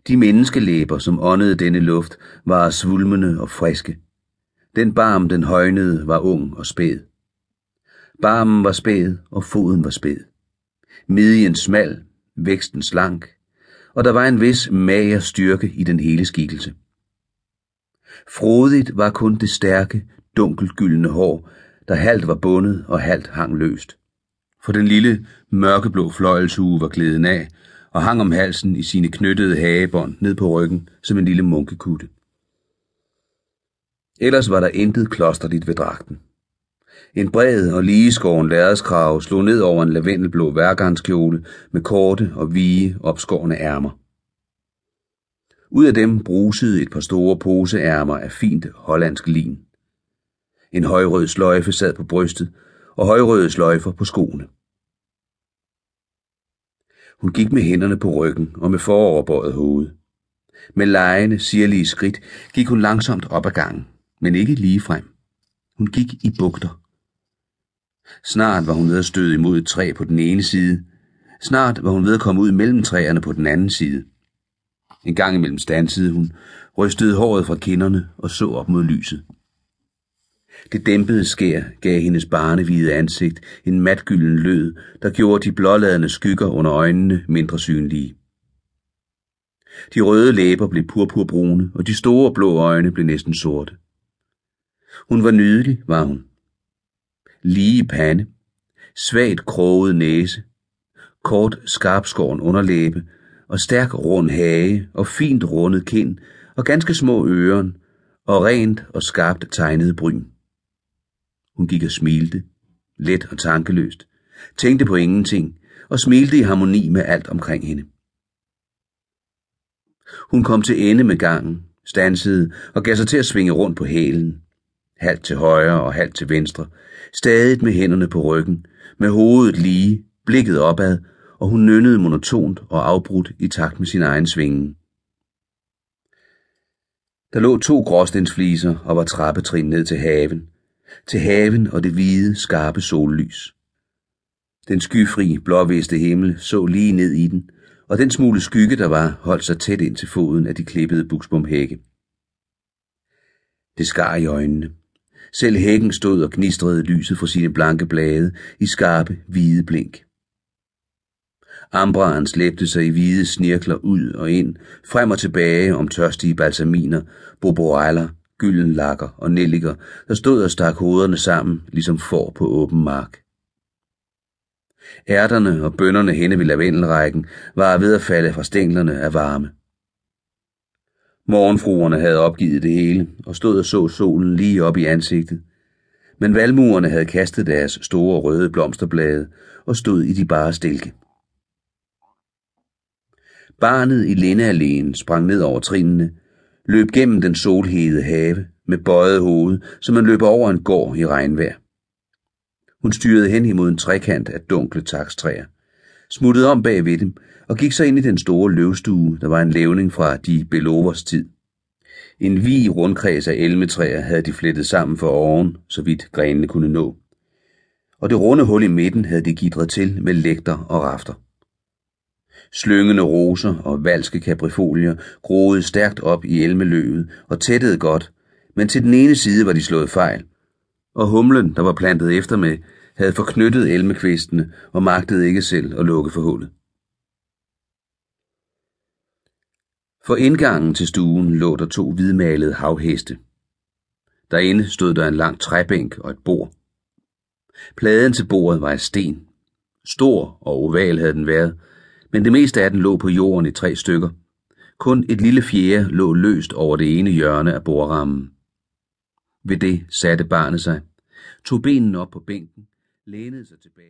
De menneskelæber, som åndede denne luft, var svulmende og friske. Den barm, den højnede, var ung og spæd. Barmen var spæd, og foden var spæd. Midjen smal, væksten slank, og der var en vis mager styrke i den hele skikkelse. Frodigt var kun det stærke, dunkelgyldne hår, der halvt var bundet og halvt hang løst. For den lille, mørkeblå fløjelshue var gledet af og hang om halsen i sine knyttede hagebånd ned på ryggen som en lille munkekutte. Ellers var der intet klosterligt ved dragten. En bred og ligeskåren lærredskrave slog ned over en lavendelblå værgarnskjole med korte og vige, opskårne ærmer. Ud af dem brusede et par store poseærmer af fint hollandsk lin. En højrød sløjfe sad på brystet, og højrøde sløjfer på skoene. Hun gik med hænderne på ryggen og med foroverbøjet hoved. Med legende, sirlige skridt gik hun langsomt op ad gangen, men ikke ligefrem. Hun gik i bugter. Snart var hun ved at støde imod et træ på den ene side. Snart var hun ved at komme ud mellem træerne på den anden side. En gang imellem standsede hun, rystede håret fra kinderne og så op mod lyset. Det dæmpede skær gav hendes barnehvide ansigt en matgylden lød, der gjorde de blåladende skygger under øjnene mindre synlige. De røde læber blev purpurbrune, og de store blå øjne blev næsten sorte. Hun var nydelig, var hun. Lige pande, svagt kroget næse, kort skarpskåren underlæbe og stærk rund hage og fint rundet kind og ganske små øren og rent og skarpt tegnede bryn. Hun gik og smilte, let og tankeløst, tænkte på ingenting og smilte i harmoni med alt omkring hende. Hun kom til ende med gangen, standsede og gav sig til at svinge rundt på hælen, halvt til højre og halvt til venstre, stadigt med hænderne på ryggen, med hovedet lige, blikket opad, og hun nynnede monotont og afbrudt i takt med sin egen svingen. Der lå 2 gråstensfliser og var trappetrin ned til haven og det hvide, skarpe sollys. Den skyfri, blåviste himmel så lige ned i den, og den smule skygge, der var, holdt sig tæt ind til foden af de klippede buksbomhække. Det skar i øjnene. Selv hækken stod og gnistrede lyset fra sine blanke blade i skarpe, hvide blink. Ambraen slæbte sig i hvide snirkler ud og ind, frem og tilbage om tørstige balsaminer, boboreller, gyldenlakker og nelliker, der stod og stak hovederne sammen, ligesom får på åben mark. Ærterne og bønnerne henne ved lavendelrækken var ved at falde fra stænglerne af varme. Morgenfruerne havde opgivet det hele og stod og så solen lige op i ansigtet, men valmuerne havde kastet deres store røde blomsterblade og stod i de bare stilke. Barnet i lindealléen sprang ned over trinene, løb gennem den solhede have med bøjet hoved, som man løber over en gård i regnvejr. Hun styrede hen imod en trekant af dunkle takstræer, smuttede om bag ved dem og gik så ind i den store løvstue, der var en levning fra de Belovers tid. En vid rundkreds af elmetræer havde de flettet sammen for oven, så vidt grenene kunne nå, og det runde hul i midten havde de gitret til med lægter og rafter. Slyngende roser og valske kaprifolier groede stærkt op i elmeløvet og tættede godt, men til den ene side var de slået fejl, og humlen, der var plantet efter med, havde forknyttet elmekvistene og magtede ikke selv at lukke for hullet. For indgangen til stuen lå der 2 hvidmalede havheste. Derinde stod der en lang træbænk og et bord. Pladen til bordet var af sten. Stor og oval havde den været, men det meste af den lå på jorden i 3 stykker. Kun et lille fjerde lå løst over det ene hjørne af bordrammen. Ved det satte barnet sig, tog benene op på bænken, lænede sig tilbage.